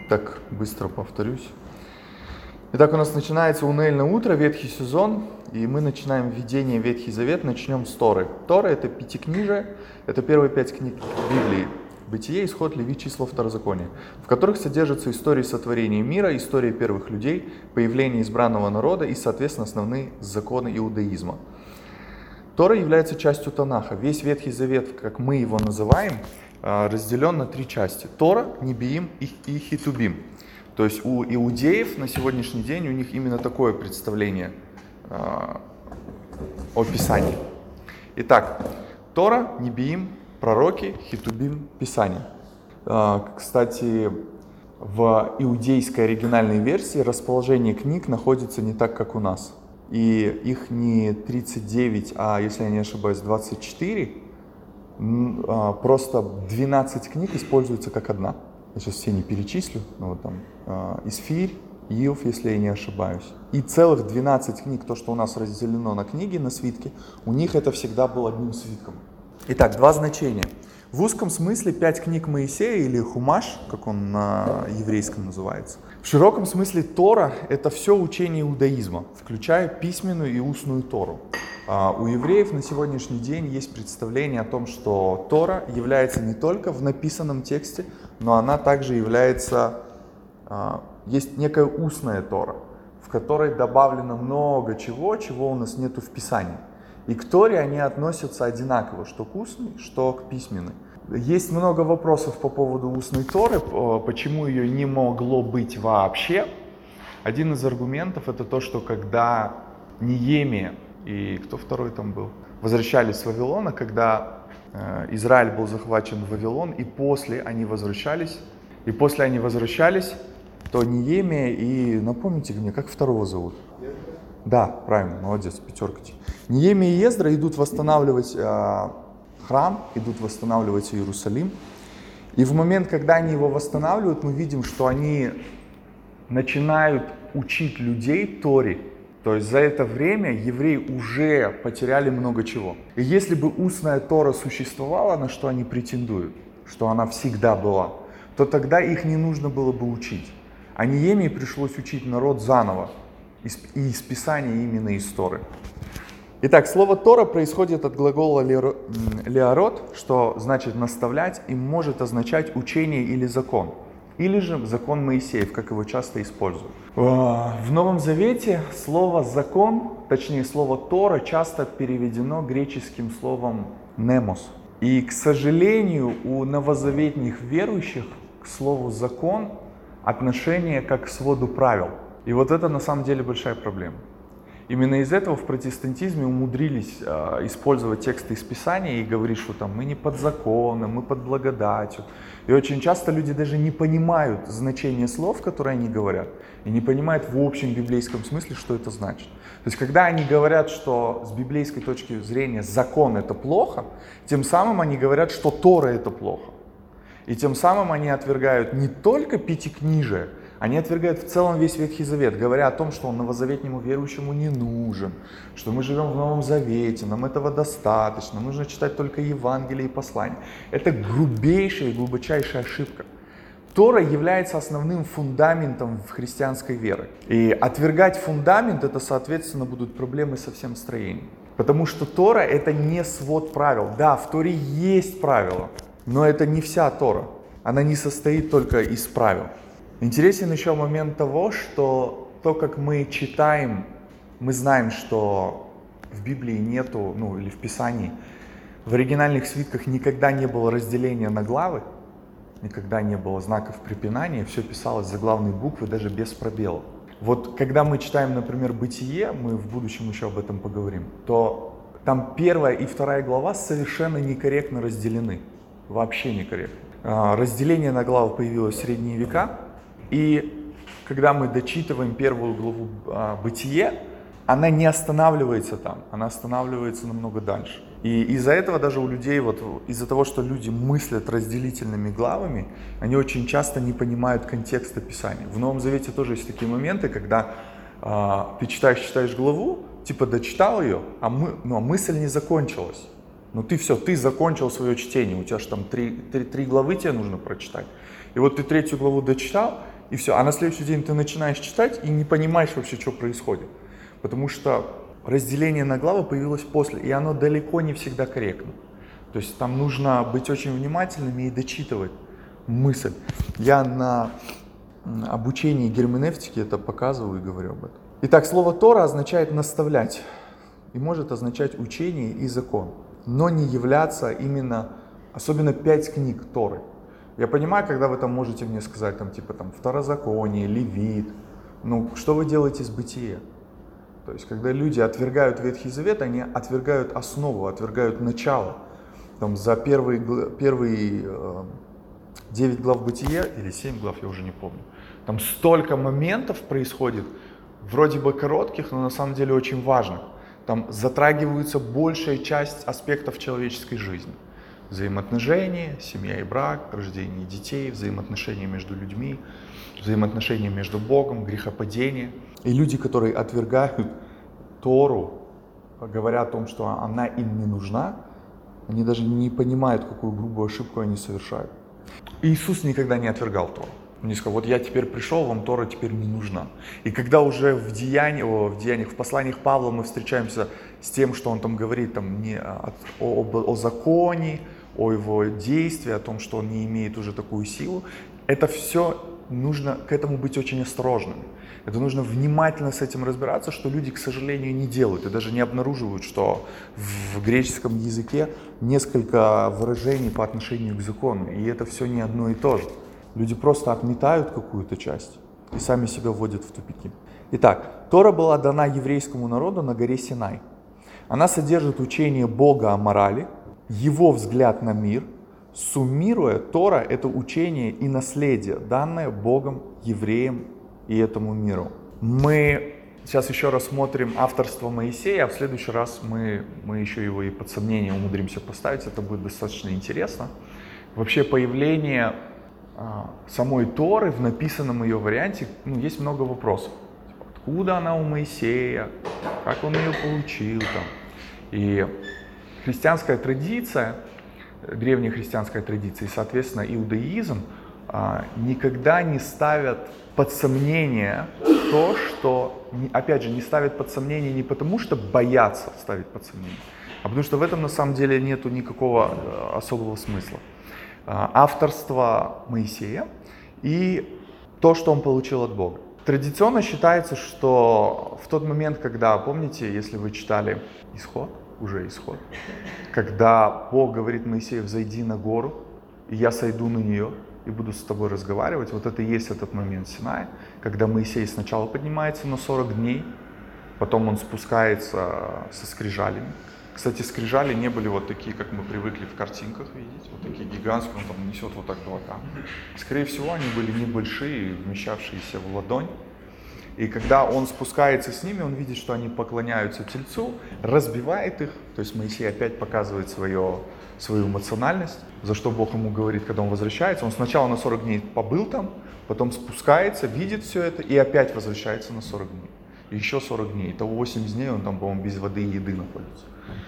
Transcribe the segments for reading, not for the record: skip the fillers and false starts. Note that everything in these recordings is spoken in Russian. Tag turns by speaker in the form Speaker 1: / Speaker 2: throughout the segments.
Speaker 1: Так, быстро повторюсь. Итак, у нас начинается уныльное утро, Ветхий сезон, и мы начинаем введение в Ветхий Завет, начнем с Торы. Тора — это пятикнижие, это первые 5 книг Библии. Бытие, Исход, Левит, Числа, Второзаконие, в которых содержатся истории сотворения мира, истории первых людей, появление избранного народа и, соответственно, основные законы иудаизма. Тора является частью Танаха. Весь Ветхий Завет, как мы его называем, разделен на 3 части. Тора, Небиим и Хитубим. То есть у иудеев на сегодняшний день у них именно такое представление о Писании. Итак, Тора, Небиим, пророки, Хитубим, Писание. Кстати, в иудейской оригинальной версии расположение книг находится не так, как у нас. И их не 39, а, если я не ошибаюсь, 24. Просто 12 книг используются как одна. Я сейчас все не перечислю, но вот там Исфирь, Иов, если я не ошибаюсь. И целых 12 книг, то, что у нас разделено на книги, на свитки, у них это всегда было одним свитком. Итак, 2 значения. В узком смысле 5 книг Моисея, или Хумаш, как он на еврейском называется. В широком смысле Тора — это все учение иудаизма, включая письменную и устную Тору. У евреев на сегодняшний день есть представление о том, что Тора является не только в написанном тексте, но она также является, есть некая устная Тора, в которой добавлено много чего у нас нету в Писании. И к Торе они относятся одинаково, что к устной, что к письменной. Есть много вопросов по поводу устной Торы, почему ее не могло быть вообще. Один из аргументов — это то, что когда Неемия и кто второй там был, возвращались с Вавилона, когда Израиль был захвачен в Вавилон, и после они возвращались, то Неемия и, напомните мне, как второго зовут? Да, правильно, молодец, 5. Неемия и Ездра идут восстанавливать храм, идут восстанавливать Иерусалим. И в момент, когда они его восстанавливают, мы видим, что они начинают учить людей Торе. То есть за это время евреи уже потеряли много чего. И если бы устная Тора существовала, на что они претендуют, что она всегда была, то тогда их не нужно было бы учить. А Неемии пришлось учить народ заново, и из Писания именно из Торы. Итак, слово Тора происходит от глагола леарот, что значит наставлять, и может означать учение или закон. Или же закон Моисеев, как его часто используют. В Новом Завете слово «закон», точнее слово «Тора» часто переведено греческим словом «немос». И, к сожалению, у новозаветных верующих к слову «закон» отношение как к своду правил. И вот это на самом деле большая проблема. Именно из этого в протестантизме умудрились использовать тексты из Писания и говорить, что там мы не под законом, мы под благодатью. И очень часто люди даже не понимают значение слов, которые они говорят, и не понимают в общем библейском смысле, что это значит. То есть, когда они говорят, что с библейской точки зрения закон — это плохо, тем самым они говорят, что Тора — это плохо. И тем самым они отвергают не только пятикнижие, они отвергают в целом весь Ветхий Завет, говоря о том, что он новозаветнему верующему не нужен, что мы живем в Новом Завете, нам этого достаточно, нужно читать только Евангелие и послания. Это грубейшая и глубочайшая ошибка. Тора является основным фундаментом в христианской вере. И отвергать фундамент — это, соответственно, будут проблемы со всем строением. Потому что Тора — это не свод правил. Да, в Торе есть правила, но это не вся Тора. Она не состоит только из правил. Интересен еще момент того, что то, как мы читаем, мы знаем, что в Библии нету, или в Писании, в оригинальных свитках никогда не было разделения на главы, никогда не было знаков препинания, все писалось заглавной буквы, даже без пробелов. Вот когда мы читаем, например, Бытие, мы в будущем еще об этом поговорим, то там 1 и 2 глава совершенно некорректно разделены, вообще некорректно. Разделение на главы появилось в средние века. И когда мы дочитываем 1 главу Бытие, она не останавливается там, она останавливается намного дальше. И из-за этого даже у людей, из-за того, что люди мыслят разделительными главами, они очень часто не понимают контекста Писания. В Новом Завете тоже есть такие моменты, когда ты читаешь главу, типа дочитал ее, а мысль не закончилась. Но ты закончил свое чтение, у тебя же там 3 главы тебе нужно прочитать. И вот ты 3 главу дочитал, и все. А на следующий день ты начинаешь читать и не понимаешь вообще, что происходит. Потому что разделение на главы появилось после, и оно далеко не всегда корректно. То есть там нужно быть очень внимательными и дочитывать мысль. Я на обучении герменевтики это показываю и говорю об этом. Итак, слово Тора означает наставлять и может означать учение и закон, но не являться именно, особенно 5 книг Торы. Я понимаю, когда вы там можете мне сказать, там, типа, там, Второзаконие, Левит, ну, что вы делаете с Бытие? То есть, когда люди отвергают Ветхий Завет, они отвергают основу, отвергают начало. Там, за первые 9 глав Бытия, или 7 глав, я уже не помню, там столько моментов происходит, вроде бы коротких, но на самом деле очень важных. Там затрагивается большая часть аспектов человеческой жизни. Взаимоотношения, семья и брак, рождение детей, взаимоотношения между людьми, взаимоотношения между Богом, грехопадение. И люди, которые отвергают Тору, говоря о том, что она им не нужна, они даже не понимают, какую грубую ошибку они совершают. Иисус никогда не отвергал Тору. Он не сказал, вот я теперь пришел, вам Тора теперь не нужна. И когда уже в деяниях, в посланиях Павла мы встречаемся с тем, что он там говорит там, не о законе, о его действии, о том, что он не имеет уже такую силу, это все нужно к этому быть очень осторожными. Это нужно внимательно с этим разбираться, что люди, к сожалению, не делают и даже не обнаруживают, что в греческом языке несколько выражений по отношению к закону, и это все не одно и то же. Люди просто отметают какую-то часть и сами себя вводят в тупики. Итак, Тора была дана еврейскому народу на горе Синай. Она содержит учение Бога о морали, его взгляд на мир. Суммируя, Тора — это учение и наследие, данное Богом, евреям и этому миру. Мы сейчас еще рассмотрим авторство Моисея, а в следующий раз мы еще его и под сомнение умудримся поставить. Это будет достаточно интересно. Вообще появление самой Торы в написанном ее варианте, есть много вопросов. Откуда она у Моисея, как он ее получил там. И христианская традиция, древняя христианская традиция и, соответственно, иудаизм никогда не ставят под сомнение то, что, опять же, не ставят под сомнение не потому, что боятся ставить под сомнение, а потому что в этом на самом деле нету никакого особого смысла. Авторство Моисея и то, что он получил от Бога. Традиционно считается, что в тот момент, когда, помните, если вы читали Исход, когда Бог говорит Моисею: «Взойди на гору, и я сойду на нее, и буду с тобой разговаривать», вот это и есть этот момент Синая, когда Моисей сначала поднимается на 40 дней, потом он спускается со скрижалями. Кстати, скрижали не были вот такие, как мы привыкли в картинках видеть, вот такие гигантские, он там несет вот так кулаками. Скорее всего, они были небольшие, вмещавшиеся в ладонь. И когда он спускается с ними, он видит, что они поклоняются Тельцу, разбивает их. То есть Моисей опять показывает свою эмоциональность, за что Бог ему говорит, когда он возвращается. Он сначала на 40 дней побыл там, потом спускается, видит все это и опять возвращается на 40 дней. И еще 40 дней. Итого 80 дней он там, по-моему, без воды и еды находится.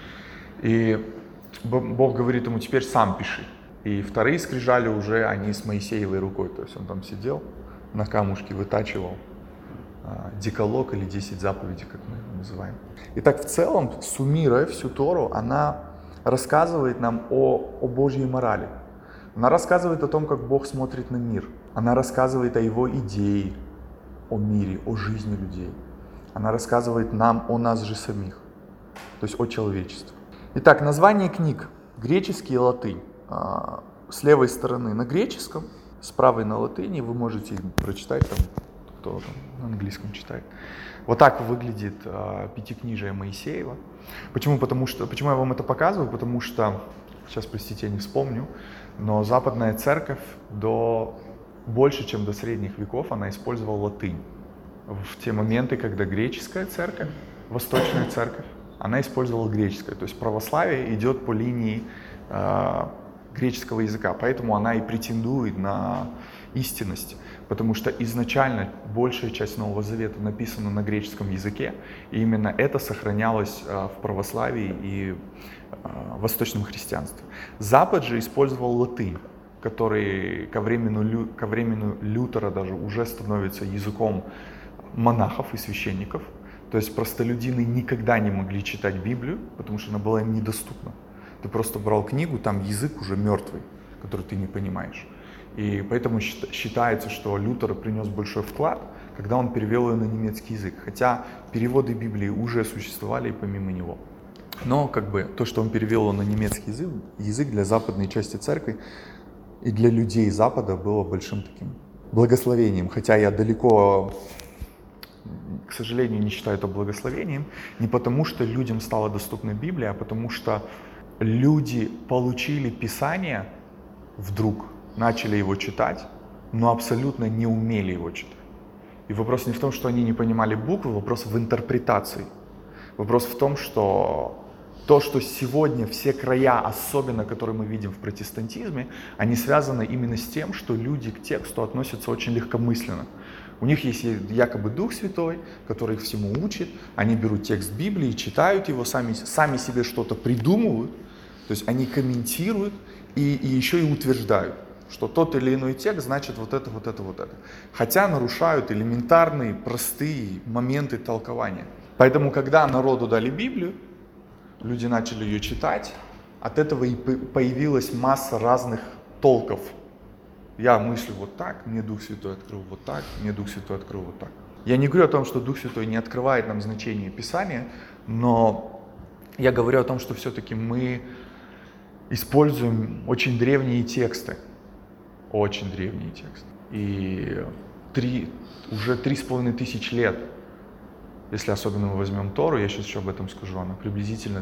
Speaker 1: И Бог говорит ему: теперь сам пиши. И вторые скрижали уже, они с Моисеевой рукой. То есть он там сидел, на камушке вытачивал декалог или 10 заповедей, как мы его называем. Итак, в целом, суммируя всю Тору, она рассказывает нам о Божьей морали. Она рассказывает о том, как Бог смотрит на мир. Она рассказывает о его идее, о мире, о жизни людей. Она рассказывает нам о нас же самих, то есть о человечестве. Итак, название книг. Греческий и латынь. С левой стороны на греческом, с правой на латыни. Вы можете прочитать, там, кто там на английском читает. Вот так выглядит Пятикнижие Моисеева. Почему я вам это показываю? Потому что, сейчас, простите, я не вспомню, но Западная Церковь больше, чем до средних веков, она использовала латынь. В те моменты, когда греческая церковь, Восточная Церковь, она использовала греческое. То есть православие идет по линии греческого языка, поэтому она и претендует на истинность. Потому что изначально большая часть Нового Завета написана на греческом языке, и именно это сохранялось в православии и восточном христианстве. Запад же использовал латынь. который ко времени Лютера даже уже становится языком монахов и священников. То есть простолюдины никогда не могли читать Библию, потому что она была им недоступна. Ты просто брал книгу, там язык уже мертвый, который ты не понимаешь. И поэтому считается, что Лютер принес большой вклад, когда он перевел ее на немецкий язык. Хотя переводы Библии уже существовали и помимо него. Но то, что он перевел ее на немецкий язык для западной части церкви и для людей Запада было большим таким благословением. Хотя я далеко, к сожалению, не считаю это благословением. Не потому, что людям стала доступна Библия, а потому что люди получили Писание вдруг, начали его читать, но абсолютно не умели его читать. И вопрос не в том, что они не понимали буквы, вопрос в интерпретации. Вопрос в том, что то, что сегодня все края, особенно которые мы видим в протестантизме, они связаны именно с тем, что люди к тексту относятся очень легкомысленно. У них есть якобы Дух Святой, который их всему учит, они берут текст Библии, читают его, сами себе что-то придумывают, то есть они комментируют и еще и утверждают, что тот или иной текст значит вот это. Хотя нарушают элементарные, простые моменты толкования. Поэтому, когда народу дали Библию, люди начали ее читать, от этого и появилась масса разных толков. Я мыслю вот так, мне Дух Святой открыл вот так, мне Дух Святой открыл вот так. Я не говорю о том, что Дух Святой не открывает нам значение Писания, но я говорю о том, что все-таки мы используем очень древние тексты. Очень древние тексты. И уже 3500 лет, если особенно мы возьмем Тору, я сейчас еще об этом скажу, она приблизительно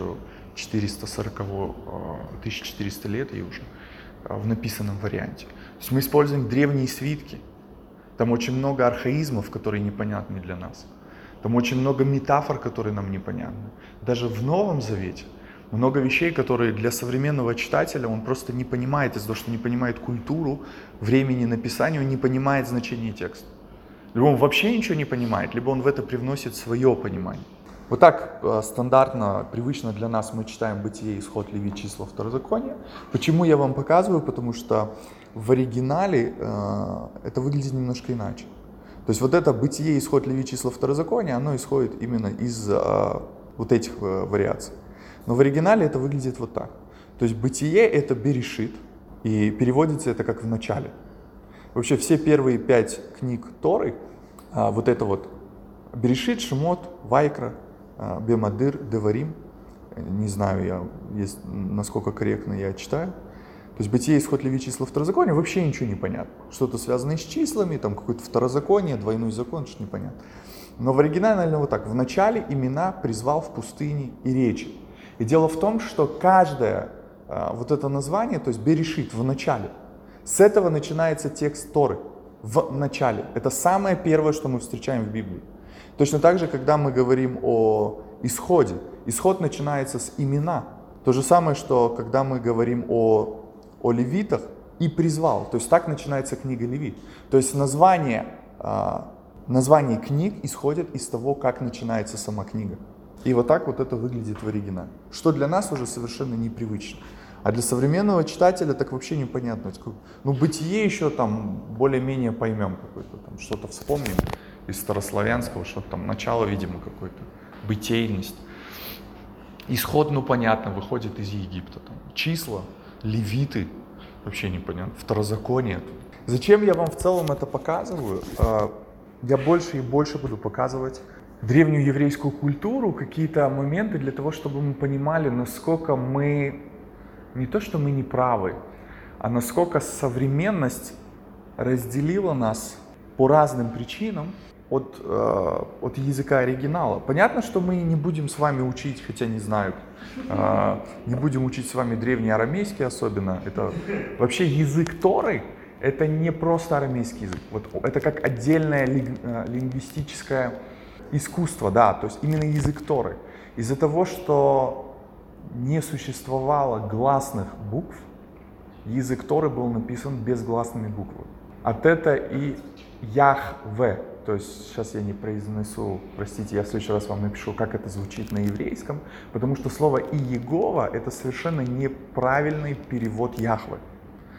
Speaker 1: 1400 лет ей уже в написанном варианте. То есть мы используем древние свитки. Там очень много архаизмов, которые непонятны для нас. Там очень много метафор, которые нам непонятны. Даже в Новом Завете много вещей, которые для современного читателя он просто не понимает, из-за того, что не понимает культуру, времени написания, он не понимает значение текста. Либо он вообще ничего не понимает, либо он в это привносит свое понимание. Вот так стандартно, привычно для нас мы читаем Бытие, Исход, Левит, Числа, Второзаконие. Почему я вам показываю? Потому что в оригинале это выглядит немножко иначе. То есть вот это Бытие, Исход, Левит, Числа, Второзаконие, оно исходит именно из вот этих вариаций. Но в оригинале это выглядит вот так. То есть Бытие — это Берешит, и переводится это как в начале. Вообще все первые 5 книг Торы, вот это вот Берешит, Шемот, Вайкра, Бемадыр, Деварим, не знаю, насколько корректно я читаю. То есть Бытие, Исход, Левит, Числа, Второзаконие, вообще ничего не понятно. Что-то связанное с числами, там какое-то второзаконие, двойной закон, что непонятно. Но в оригинале, наверное, вот так. В начале имена призвал в пустыне и речи. И дело в том, что каждое вот это название, то есть Берешит в начале, с этого начинается текст Торы в начале. Это самое первое, что мы встречаем в Библии. Точно так же, когда мы говорим о исходе, исход начинается с имена. То же самое, что когда мы говорим о левитах, и призвал. То есть так начинается книга Левит. То есть название книг исходит из того, как начинается сама книга. И вот так вот это выглядит в оригинале. Что для нас уже совершенно непривычно. А для современного читателя так вообще непонятно. Ну, Бытие еще там более-менее поймем какое-то, там что-то вспомним из старославянского, что-то там начало, видимо, какой-то, бытейность. Исход, ну, понятно, выходит из Египта. Там. Числа, левиты, вообще непонятно, второзаконие. Зачем я вам в целом это показываю? Я больше и больше буду показывать древнюю еврейскую культуру, какие-то моменты для того, чтобы мы понимали, насколько мы, не то что мы не правы, а насколько современность разделила нас по разным причинам от языка оригинала. Понятно, что мы не будем с вами учить, хотя не знаю, не будем учить с вами древний арамейский особенно. Это вообще язык Торы, это не просто арамейский язык. Вот это как отдельное лингвистическое искусство, да, то есть именно язык Торы. Из-за того, что не существовало гласных букв, язык Торы был написан безгласными буквами. От это и Яхве, то есть сейчас я не произнесу, простите, я в следующий раз вам напишу, как это звучит на еврейском, потому что слово Иегова — это совершенно неправильный перевод Яхве.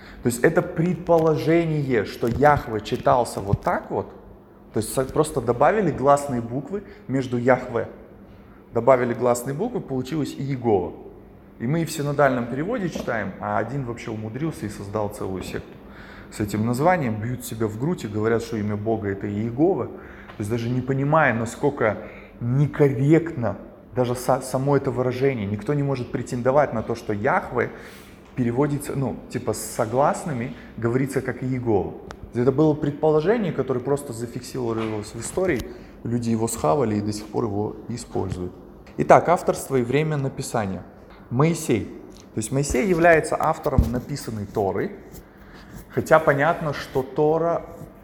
Speaker 1: То есть это предположение, что Яхве читался вот так вот, то есть просто добавили гласные буквы между Яхве. Добавили гласные буквы, получилось Иегова. И мы в синодальном переводе читаем, а один вообще умудрился и создал целую секту с этим названием, бьют себя в грудь и говорят, что имя Бога это Иегова. То есть даже не понимая, насколько некорректно даже само это выражение. Никто не может претендовать на то, что Яхве переводится, с согласными, говорится как Иегова. Это было предположение, которое просто зафиксировалось в истории. Люди его схавали и до сих пор его используют. Итак, авторство и время написания. Моисей. То есть Моисей является автором написанной Торы, хотя понятно, что Тора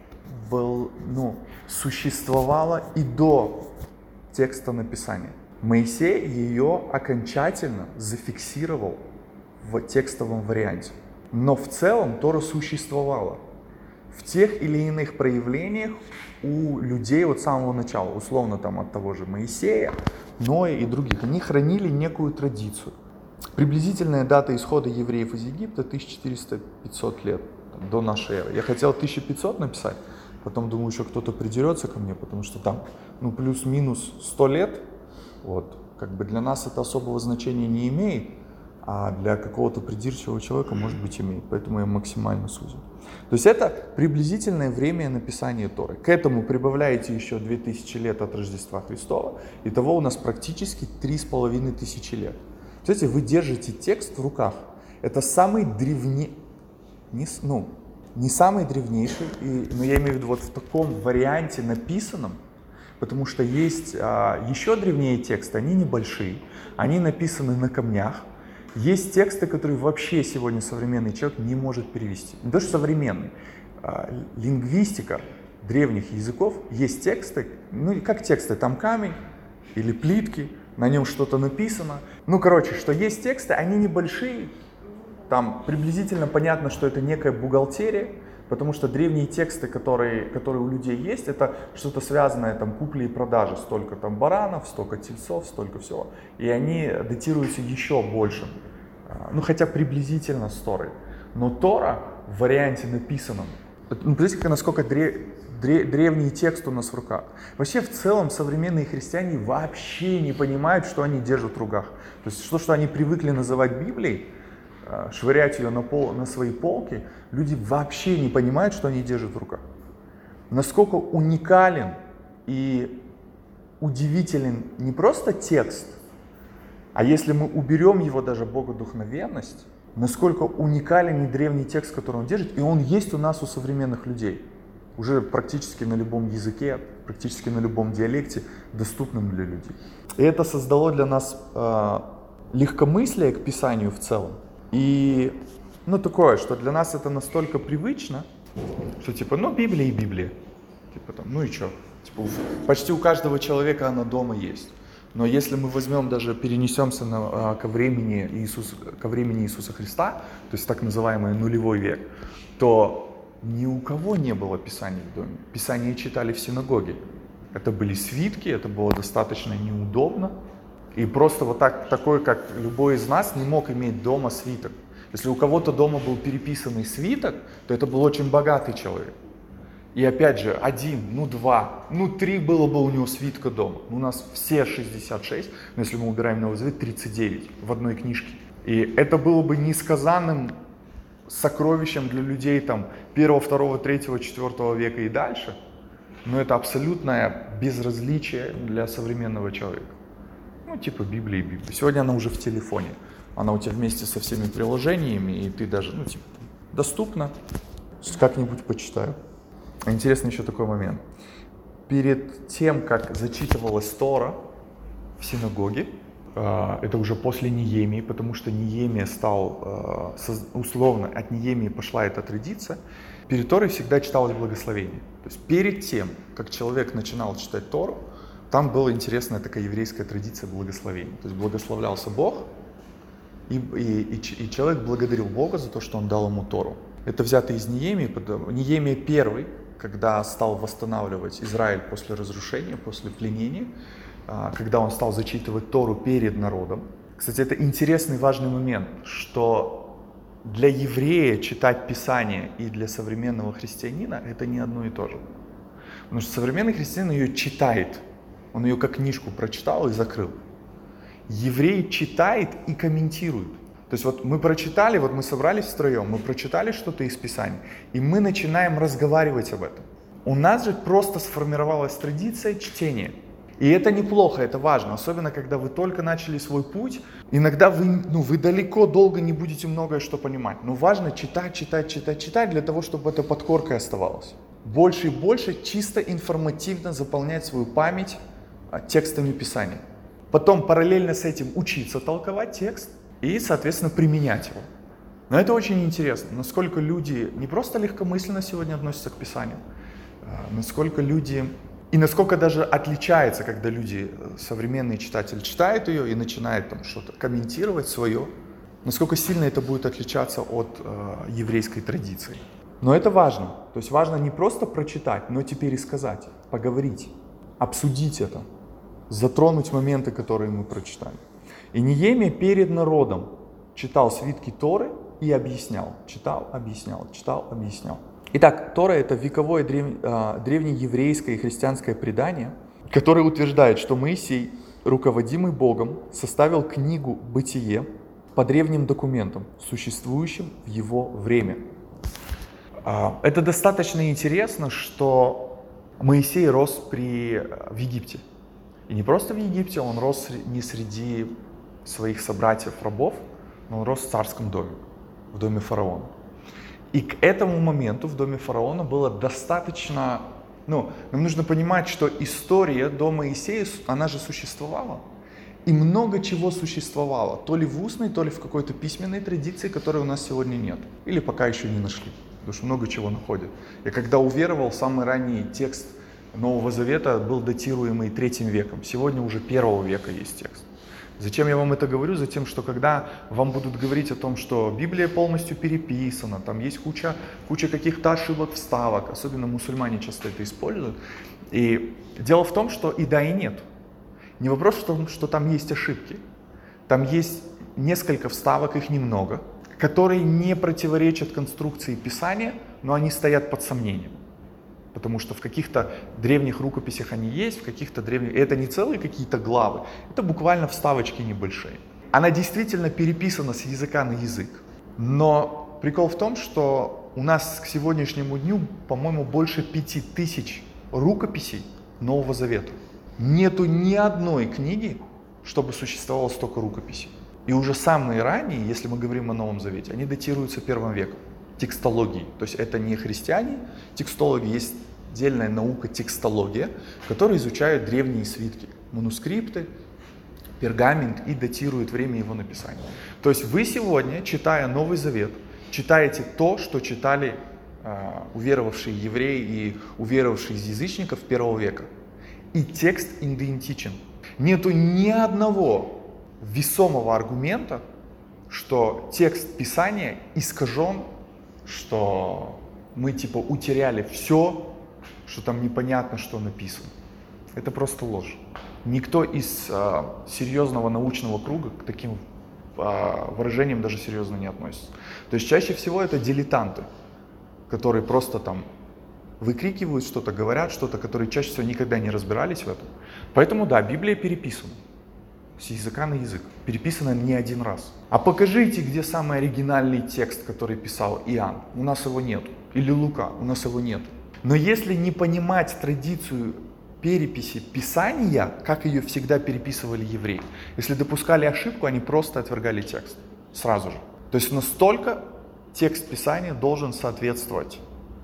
Speaker 1: существовала и до текста написания. Моисей ее окончательно зафиксировал в текстовом варианте. Но в целом Тора существовала в тех или иных проявлениях у людей от самого начала, условно от того же Моисея, Ноя и других. Они хранили некую традицию. Приблизительная дата исхода евреев из Египта 1400-500 лет до нашей эры. Я хотел 1500 написать, потом думаю, еще кто-то придерется ко мне, потому что там плюс-минус 100 лет. Для нас это особого значения не имеет, а для какого-то придирчивого человека, может быть, имеет. Поэтому я максимально сузил. То есть это приблизительное время написания Торы. К этому прибавляете еще 2000 лет от Рождества Христова. Итого у нас практически 3500 лет. Представляете, вы держите текст в руках. Это самый не самый древнейший, но я имею в виду в таком варианте написанном, потому что есть еще древнее тексты, они небольшие, они написаны на камнях. Есть тексты, которые вообще сегодня современный человек не может перевести. Не то, что современный. Лингвистика древних языков, есть тексты, как тексты, там камень или плитки, на нем что-то написано. Что есть тексты, они небольшие, там приблизительно понятно, что это некая бухгалтерия, потому что древние тексты, которые у людей есть, это что-то связанное, купли и продажи, столько баранов, столько тельцов, столько всего. И они датируются еще больше, хотя приблизительно с Торой. Но Тора в варианте написанном, представляете, насколько древний текст у нас в руках. Вообще, в целом, современные христиане вообще не понимают, что они держат в руках. То есть, что они привыкли называть Библией, швырять ее на свои полки, люди вообще не понимают, что они держат в руках. Насколько уникален и удивителен не просто текст, а если мы уберем его даже богодухновенность, насколько уникален и древний текст, который он держит, и он есть у нас у современных людей. Уже практически на любом языке, практически на любом диалекте, доступным для людей. И это создало для нас легкомыслие к Писанию в целом. И такое, что для нас это настолько привычно, что Библия и Библия. И что? Почти у каждого человека она дома есть. Но если мы возьмем, даже перенесемся ко времени Иисуса Христа, то есть так называемый нулевой век, то ни у кого не было Писания в доме. Писание читали в синагоге. Это были свитки, это было достаточно неудобно. И просто такой, как любой из нас, не мог иметь дома свиток. Если у кого-то дома был переписанный свиток, то это был очень богатый человек. И опять же, 1, 2, 3 было бы у него свитка дома. У нас все 66, но если мы убираем Новый Завет, 39 в одной книжке. И это было бы несказанным сокровищем для людей 1, 2, 3, 4 века и дальше. Но это абсолютное безразличие для современного человека. Библия и Библия. Сегодня она уже в телефоне. Она у тебя вместе со всеми приложениями, и ты даже, доступна. Как-нибудь почитаю. Интересный еще такой момент. Перед тем, как зачитывалась Тора в синагоге, это уже после Неемии, потому что Неемия стал, условно, от Неемии пошла эта традиция, перед Торой всегда читалось благословение. То есть перед тем, как человек начинал читать Тору, там была интересная такая еврейская традиция благословения. То есть благословлялся Бог, и человек благодарил Бога за то, что Он дал ему Тору. Это взято из Неемии. Неемия первый, когда стал восстанавливать Израиль после разрушения, после пленения, когда он стал зачитывать Тору перед народом. Кстати, это интересный важный момент, что Для еврея читать Писание и для современного христианина это не одно и то же. Потому что современный христианин ее читает. Он ее как книжку прочитал и закрыл. Еврей читает и комментирует. То есть вот мы прочитали, вот мы собрались втроем, мы прочитали что-то из Писания, и мы начинаем разговаривать об этом. У нас же просто сформировалась традиция чтения. И это неплохо, это важно, особенно когда вы только начали свой путь. Иногда вы далеко, долго не будете многое что понимать. Но важно читать для того, чтобы это под коркой оставалось. Больше и больше чисто информативно заполнять свою память текстами Писания. Потом параллельно с этим учиться толковать текст и, соответственно, применять его. Но это очень интересно, насколько люди не просто легкомысленно сегодня относятся к Писанию, насколько люди... И насколько даже отличается, когда люди, современные читатели, читают ее и начинают там что-то комментировать свое, насколько сильно это будет отличаться от еврейской традиции. Но это важно. То есть важно не просто прочитать, но теперь и сказать, поговорить, обсудить это, затронуть моменты, которые мы прочитали. И Неемия перед народом читал свитки Торы и объяснял. Читал, объяснял, читал, объяснял. Итак, Тора — это вековое древнееврейское и христианское предание, которое утверждает, что Моисей, руководимый Богом, составил книгу «Бытие» по древним документам, существующим в его время. Это достаточно интересно, что Моисей рос в Египте. И не просто в Египте, он рос не среди своих собратьев-рабов, но он рос в царском доме, в доме фараона. И к этому моменту в доме фараона было достаточно... нам нужно понимать, что история до Моисея, она же существовала. И много чего существовало, то ли в устной, то ли в какой-то письменной традиции, которой у нас сегодня нет. Или пока еще не нашли, потому что много чего находят. Я когда уверовал, самый ранний текст Нового Завета был датируемый 3 веком. Сегодня уже 1 века есть текст. Зачем я вам это говорю? Затем, что когда вам будут говорить о том, что Библия полностью переписана, там есть куча каких-то ошибок, вставок, особенно мусульмане часто это используют. И дело в том, что и да, и нет. Не вопрос в том, что там есть ошибки. Там есть несколько вставок, их немного, которые не противоречат конструкции Писания, но они стоят под сомнением. Потому что в каких-то древних рукописях они есть, в каких-то древних... Это не целые какие-то главы, это буквально вставочки небольшие. Она действительно переписана с языка на язык. Но прикол в том, что у нас к сегодняшнему дню, по-моему, больше 5000 рукописей Нового Завета. Нету ни одной книги, чтобы существовало столько рукописей. И уже самые ранние, если мы говорим о Новом Завете, они датируются 1 веком. Текстологии. То есть это не христиане, текстологи, есть отдельная наука текстология, которая изучает древние свитки, манускрипты, пергамент и датирует время его написания. То есть вы сегодня, читая Новый Завет, читаете то, что читали уверовавшие евреи и уверовавшие из язычников 1 века. И текст идентичен. Нету ни одного весомого аргумента, что текст Писания искажен, что мы типа утеряли все, что там непонятно, что написано. Это просто ложь. Никто из серьезного научного круга к таким выражениям даже серьезно не относится. То есть чаще всего это дилетанты, которые просто там выкрикивают что-то, говорят что-то, которые чаще всего никогда не разбирались в этом. Поэтому да, Библия переписана. С языка на язык. Переписано не один раз. А покажите, где самый оригинальный текст, который писал Иоанн. У нас его нет. Или Лука. У нас его нет. Но если не понимать традицию переписи Писания, как ее всегда переписывали евреи, если допускали ошибку, они просто отвергали текст. Сразу же. То есть настолько текст Писания должен соответствовать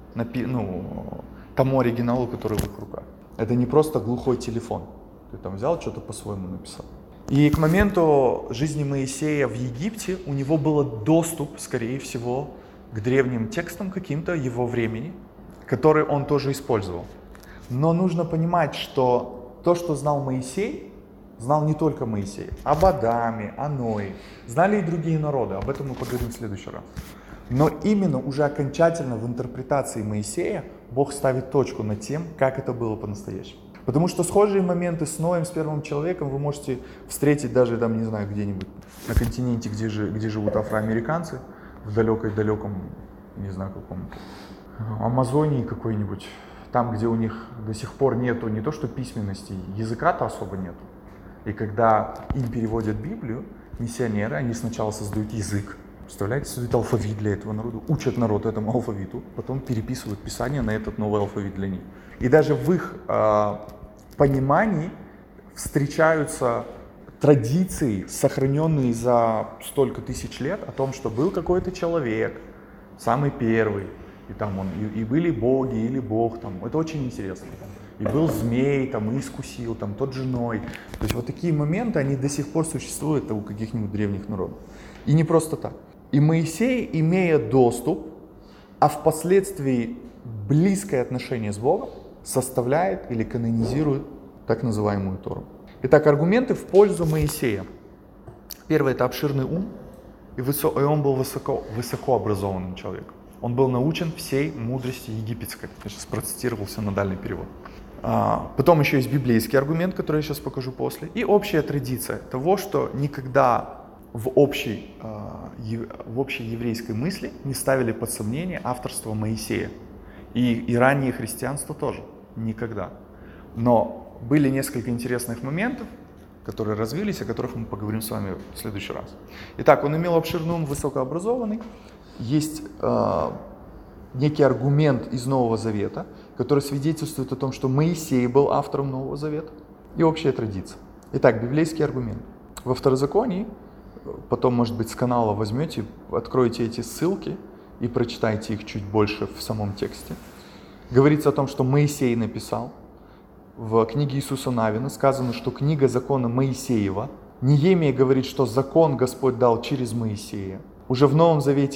Speaker 1: тому оригиналу, который в их руках. Это не просто глухой телефон. Ты там взял, что-то по-своему написал. И к моменту жизни Моисея в Египте у него был доступ, скорее всего, к древним текстам каким-то его времени, который он тоже использовал. Но нужно понимать, что то, что знал Моисей, знал не только Моисей. Об Адаме, о Ное. Знали и другие народы, об этом мы поговорим в следующий раз. Но именно уже окончательно в интерпретации Моисея Бог ставит точку над тем, как это было по-настоящему. Потому что схожие моменты с Ноем, с первым человеком вы можете встретить даже там, не знаю, где-нибудь на континенте, где живут афроамериканцы, в далеком, не знаю каком, Амазонии какой-нибудь, там, где у них до сих пор нету не то что письменности, языка-то особо нету. И когда им переводят Библию, миссионеры, они сначала создают язык, представляете, создают алфавит для этого народа, учат народ этому алфавиту, потом переписывают Писание на этот новый алфавит для них. И даже в их понимании встречаются традиции, сохраненные за столько тысяч лет, о том, что был какой-то человек, самый первый, и там он, и были боги, или бог, там, это очень интересно. И был змей, там, и искусил, там, тот женой. То есть вот такие моменты, они до сих пор существуют у каких-нибудь древних народов. И не просто так. И Моисей, имея доступ, а впоследствии близкое отношение с Богом, составляет или канонизирует так называемую Тору. Итак, аргументы в пользу Моисея. Первый — это обширный ум, и он был высокообразованным человеком. Он был научен всей мудрости египетской. Я сейчас процитировал синодальный перевод. Потом еще есть библейский аргумент, который я сейчас покажу после. И общая традиция того, что никогда в общей еврейской мысли не ставили под сомнение авторство Моисея. И раннее христианство тоже. Никогда. Но были несколько интересных моментов, которые развились, о которых мы поговорим с вами в следующий раз. Итак, он имел обширный ум, высокообразованный. Есть некий аргумент из Нового Завета, который свидетельствует о том, что Моисей был автором Нового Завета, и общая традиция. Итак, библейский аргумент. Во Второзаконии, потом, может быть, с канала возьмете, откроете эти ссылки и прочитайте их чуть больше в самом тексте. Говорится о том, что Моисей написал. В книге Иисуса Навина сказано, что книга закона Моисеева. Неемия говорит, что закон Господь дал через Моисея. Уже в Новом Завете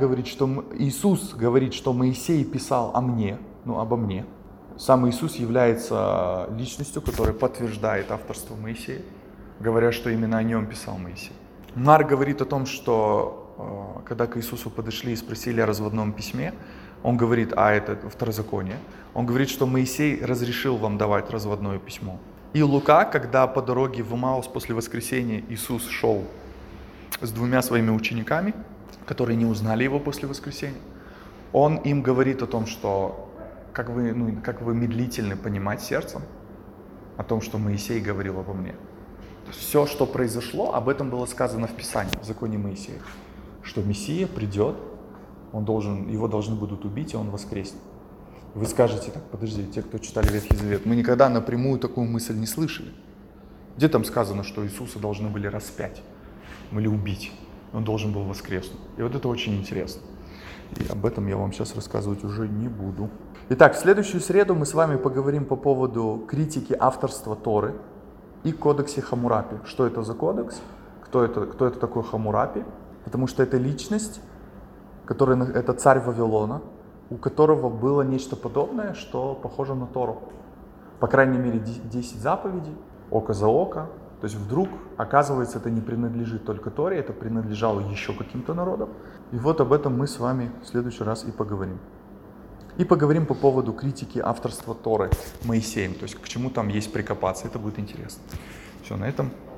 Speaker 1: Иисус говорит, что Моисей писал о мне, обо мне. Сам Иисус является личностью, которая подтверждает авторство Моисея, говоря, что именно о нем писал Моисей. Марк говорит о том, что когда к Иисусу подошли и спросили о разводном письме, он говорит, это Второзаконие, он говорит, что Моисей разрешил вам давать разводное письмо. И Лука, когда по дороге в Имаус после воскресения Иисус шел с двумя своими учениками, которые не узнали его после воскресения, он им говорит о том, что как вы медлительны понимать сердцем о том, что Моисей говорил обо мне. То есть все, что произошло, об этом было сказано в Писании, в законе Моисея, что Мессия придет, его должны будут убить, и он воскреснет. Вы скажете, так, подожди, те, кто читали Ветхий Завет, мы никогда напрямую такую мысль не слышали. Где там сказано, что Иисуса должны были распять или убить? Он должен был воскреснуть. И вот это очень интересно. И об этом я вам сейчас рассказывать уже не буду. Итак, в следующую среду мы с вами поговорим по поводу критики авторства Торы и кодексе Хаммурапи. Что это за кодекс? Кто это такой Хаммурапи? Потому что это личность, это царь Вавилона, у которого было нечто подобное, что похоже на Тору. По крайней мере, 10 заповедей, око за око. То есть вдруг, оказывается, это не принадлежит только Торе, это принадлежало еще каким-то народам. И вот об этом мы с вами в следующий раз и поговорим. И поговорим по поводу критики авторства Торы Моисеем, то есть к чему там есть прикопаться, это будет интересно. Все, на этом